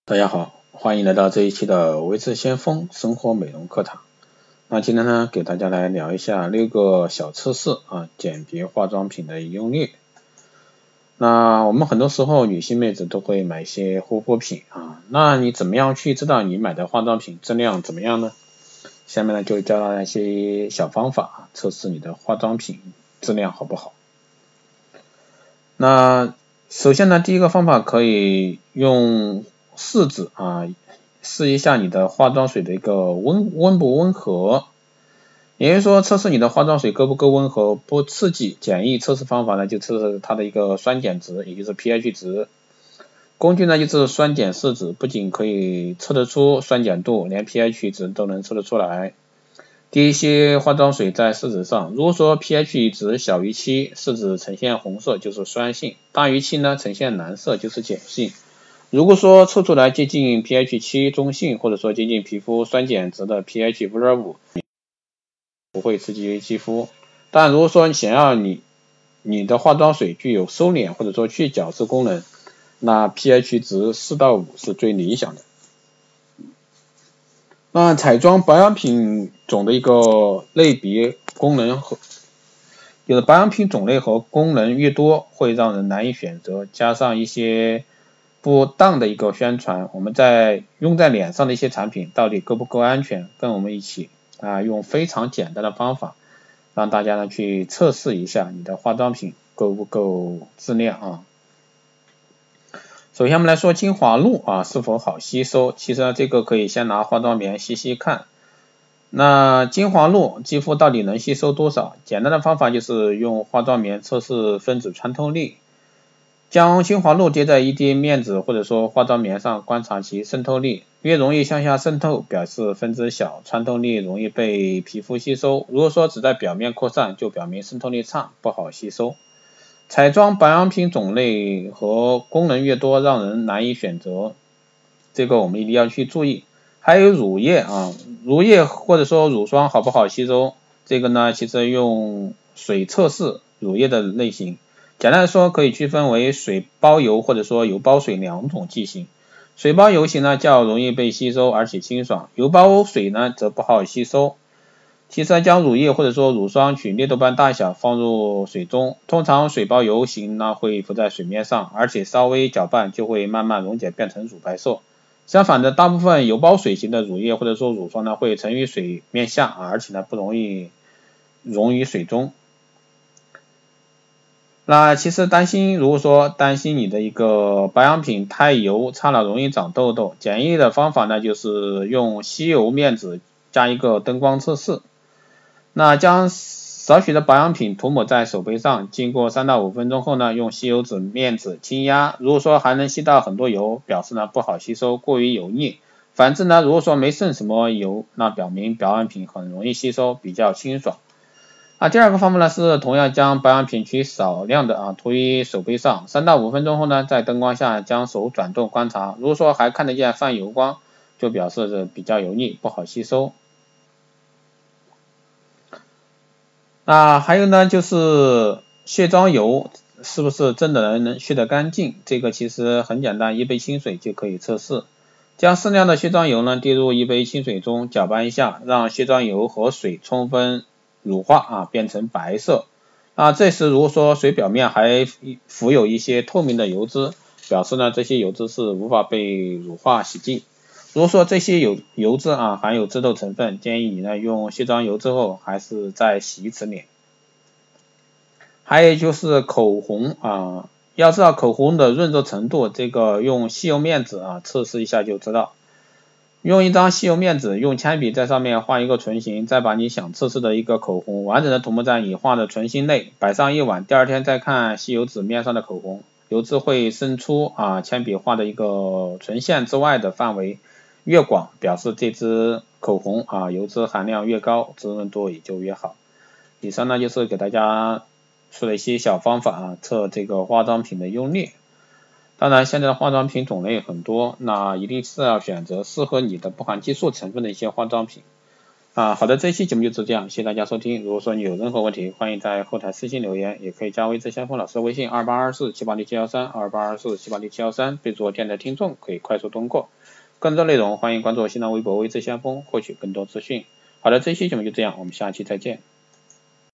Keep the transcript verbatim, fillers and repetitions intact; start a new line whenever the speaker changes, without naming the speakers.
大家好，欢迎来到这一期的维持先锋生活美容课堂。那今天呢，给大家来聊一下六个小测试啊，鉴别化妆品的优劣。那我们很多时候女性妹子都会买一些护肤品啊，那你怎么样去知道你买的化妆品质量怎么样呢？下面呢就教大家一些小方法，测试你的化妆品质量好不好。那首先呢，第一个方法可以用试纸啊，试一下你的化妆水的一个温温不温和，也就是说测试你的化妆水够不够温和，不刺激。简易测试方法呢，就测试它的一个酸碱值，也就是 pH 值。工具呢就是酸碱试纸，不仅可以测得出酸碱度，连 pH 值都能测得出来。滴一些化妆水在试纸上，如果说 pH 值小于七，试纸呈现红色就是酸性，大于七呢呈现蓝色就是碱性。如果说测出来接近 pH 七 中性，或者说接近皮肤酸碱值的 pH 五点五，不会刺激肌肤。但如果说你想要你你的化妆水具有收敛或者说去角质功能，那 pH 值四到五是最理想的。那彩妆保养品种的一个类别功能和有的保养品种类和功能越多，会让人难以选择，加上一些不当的一个宣传，我们在用在脸上的一些产品到底够不够安全？跟我们一起啊，用非常简单的方法，让大家呢去测试一下你的化妆品够不够质量啊。首先我们来说精华露啊是否好吸收，其实呢这个可以先拿化妆棉吸吸看。那精华露肌肤到底能吸收多少？简单的方法就是用化妆棉测试分子穿透力，将精华露叠在一滴面纸或者说化妆棉上，观察其渗透力，越容易向下渗透表示分子小，穿透力容易被皮肤吸收，如果说只在表面扩散就表明渗透力差，不好吸收。彩妆保养品种类和功能越多，让人难以选择，这个我们一定要去注意。还有乳液啊，乳液或者说乳霜好不好吸收？这个呢，其实用水测试乳液的类型。简单来说，可以区分为水包油或者说油包水两种剂型。水包油型呢较容易被吸收，而且清爽；油包水呢则不好吸收。其次，将乳液或者说乳霜取裂豆瓣大小放入水中，通常水包油型呢会浮在水面上，而且稍微搅拌就会慢慢溶解变成乳白色。相反的，大部分油包水型的乳液或者说乳霜呢会沉于水面下，而且呢不容易溶于水中。那其实担心，如果说担心你的一个保养品太油，擦了容易长痘痘，简易的方法呢就是用吸油面纸加一个灯光测试。那将少许的保养品涂抹在手背上，经过三到五分钟后呢，用吸油纸面纸轻压，如果说还能吸到很多油，表示呢不好吸收，过于油腻。反之呢，如果说没剩什么油，那表明保养品很容易吸收，比较清爽。啊，第二个方法呢是同样将保养品取少量的啊涂于手背上，三到五分钟后呢，在灯光下将手转动观察，如果说还看得见泛油光，就表示是比较油腻，不好吸收。那还有呢，就是卸妆油是不是真的能能卸得干净？这个其实很简单，一杯清水就可以测试。将适量的卸妆油呢滴入一杯清水中，搅拌一下，让卸妆油和水充分乳化啊，变成白色。啊，这时如果说水表面还浮有一些透明的油脂，表示呢这些油脂是无法被乳化洗净。如果说这些油油脂啊含有致痘成分，建议你呢用卸妆油之后还是再洗一次脸。还有就是口红啊，要知道口红的润泽程度，这个用吸油面纸啊测试一下就知道。用一张吸油面纸，用铅笔在上面画一个唇形，再把你想测试的一个口红完整的涂抹在你画的唇形内，摆上一晚，第二天再看吸油纸面上的口红，油脂会渗出啊铅笔画的一个唇线之外的范围。越广，表示这支口红啊油脂含量越高，滋润度也就越好。以上呢就是给大家说的一些小方法啊，测这个化妆品的优劣。当然现在的化妆品种类很多，那一定是要选择适合你的不含激素成分的一些化妆品。 啊，好的，这一期节目就是这样，谢谢大家收听。如果说你有任何问题，欢迎在后台私信留言，也可以加微智先锋老师的微信二八二四七八六七幺三二八二四七八六七幺三，备注电台听众，可以快速通过。更多内容欢迎关注新浪微博微智先锋，获取更多资讯。好的，这一期节目就这样，我们下期再见。